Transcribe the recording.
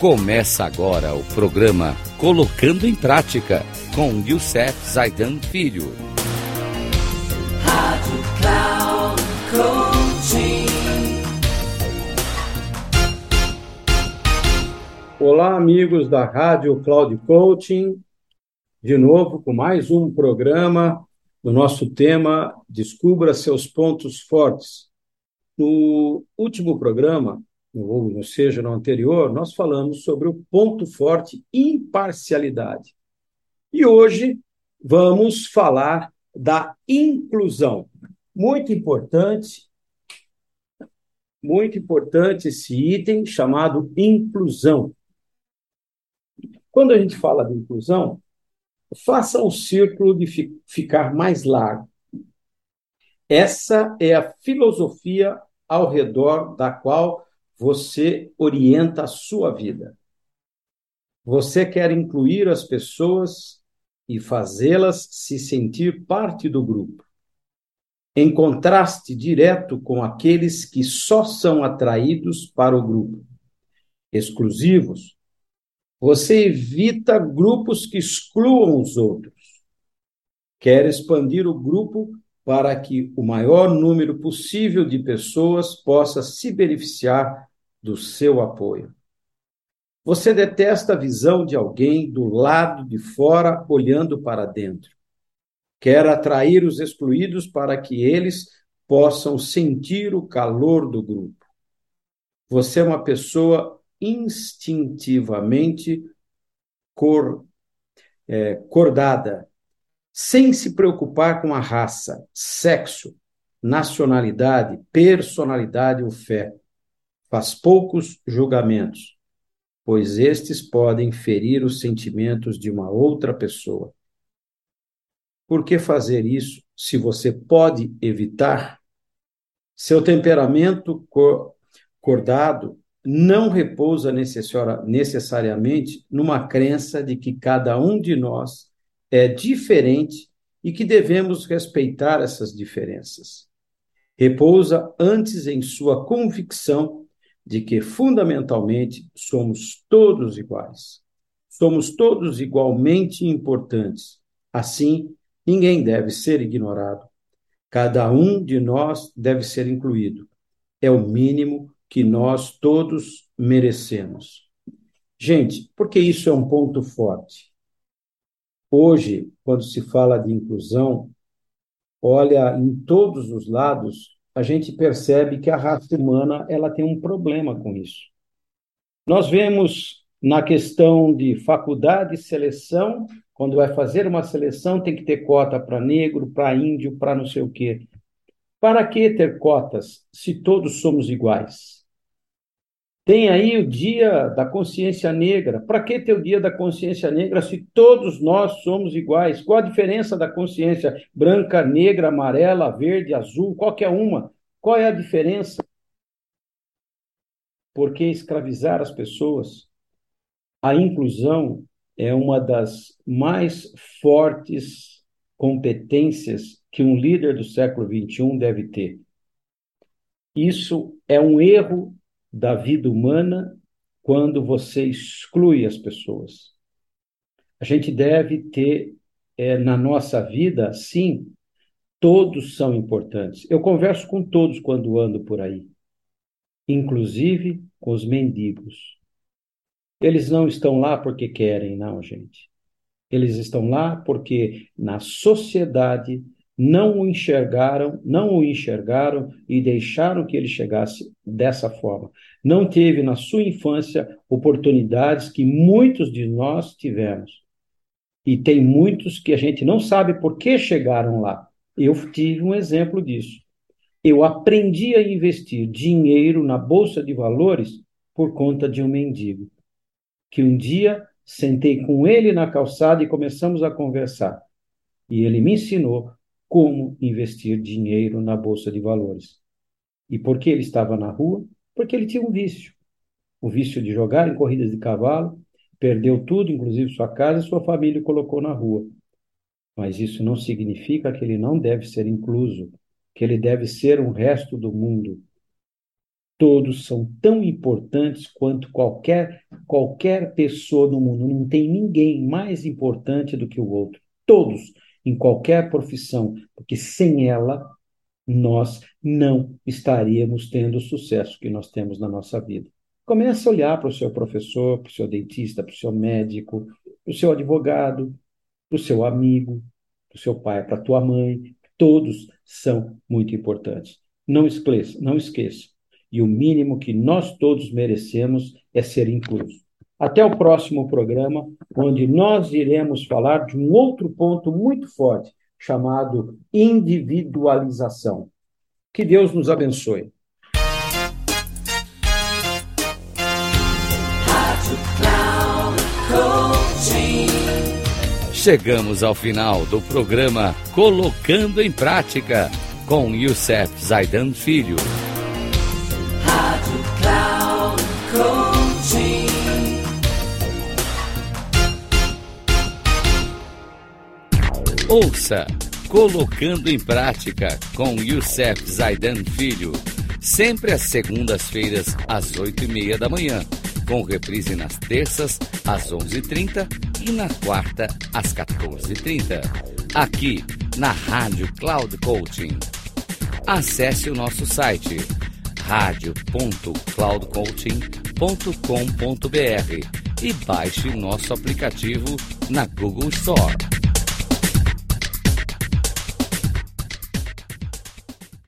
Começa agora o programa Colocando em Prática, com Youssef Zaidan Filho. Rádio Cloud Coaching. Olá, amigos da Rádio Cloud Coaching, de novo com mais um programa no nosso tema Descubra seus pontos fortes. No último programa, ou seja, no anterior, nós falamos sobre o ponto forte imparcialidade. E hoje vamos falar da inclusão. Muito importante esse item chamado inclusão. Quando a gente fala de inclusão, faça o círculo de ficar mais largo. Essa é a filosofia ao redor da qual você orienta a sua vida. Você quer incluir as pessoas e fazê-las se sentir parte do grupo, em contraste direto com aqueles que só são atraídos para o grupo, exclusivos. Você evita grupos que excluam os outros. Quer expandir o grupo para que o maior número possível de pessoas possa se beneficiar do seu apoio. Você detesta a visão de alguém do lado de fora olhando para dentro. Quer atrair os excluídos para que eles possam sentir o calor do grupo. Você é uma pessoa instintivamente cordada, sem se preocupar com a raça, sexo, nacionalidade, personalidade ou fé. Faz poucos julgamentos, pois estes podem ferir os sentimentos de uma outra pessoa. Por que fazer isso se você pode evitar? Seu temperamento cordado não repousa necessariamente numa crença de que cada um de nós é diferente e que devemos respeitar essas diferenças. Repousa antes em sua convicção de que, fundamentalmente, somos todos iguais. Somos todos igualmente importantes. Assim, ninguém deve ser ignorado. Cada um de nós deve ser incluído. É o mínimo que nós todos merecemos. Gente, por que isso é um ponto forte? Hoje, quando se fala de inclusão, olha, em todos os lados, a gente percebe que a raça humana ela tem um problema com isso. Nós vemos na questão de faculdade e seleção, quando vai fazer uma seleção, tem que ter cota para negro, para índio, para não sei o quê. Para que ter cotas se todos somos iguais? Tem aí o Dia da Consciência Negra. Para que ter o Dia da Consciência Negra se todos nós somos iguais? Qual a diferença da consciência branca, negra, amarela, verde, azul, qualquer uma? Qual é a diferença? Por que escravizar as pessoas? A inclusão é uma das mais fortes competências que um líder do século XXI deve ter. Isso é um erro da vida humana quando você exclui as pessoas. A gente deve ter na nossa vida, sim, todos são importantes. Eu converso com todos quando ando por aí, inclusive com os mendigos. Eles não estão lá porque querem, não, gente. Eles estão lá porque na sociedade não o enxergaram e deixaram que ele chegasse dessa forma. Não teve na sua infância oportunidades que muitos de nós tivemos. E tem muitos que a gente não sabe por que chegaram lá. Eu tive um exemplo disso. Eu aprendi a investir dinheiro na Bolsa de Valores por conta de um mendigo, que um dia sentei com ele na calçada e começamos a conversar. E ele me ensinou como investir dinheiro na Bolsa de Valores. E por que ele estava na rua? Porque ele tinha um vício. O vício de jogar em corridas de cavalo, perdeu tudo, inclusive sua casa e sua família, e colocou na rua. Mas isso não significa que ele não deve ser incluso, que ele deve ser um resto do mundo. Todos são tão importantes quanto qualquer pessoa no mundo. Não tem ninguém mais importante do que o outro. Todos, em qualquer profissão, porque sem ela nós não estaríamos tendo o sucesso que nós temos na nossa vida. Comece a olhar para o seu professor, para o seu dentista, para o seu médico, para o seu advogado, para o seu amigo, para o seu pai, para a tua mãe. Todos são muito importantes. Não esqueça, não esqueça. E o mínimo que nós todos merecemos é ser incluso. Até o próximo programa, onde nós iremos falar de um outro ponto muito forte, chamado individualização. Que Deus nos abençoe. Chegamos ao final do programa Colocando em Prática, com Youssef Zaidan Filho. Rádio Cloud Coaching. Ouça Colocando em Prática, com Youssef Zaidan Filho, sempre às segundas-feiras, às 8h30 da manhã, com reprise nas terças, às 11h30 e na quarta, às 14h30, aqui na Rádio Cloud Coaching. Acesse o nosso site radio.cloudcoaching.com.br e baixe nosso aplicativo na Google Store.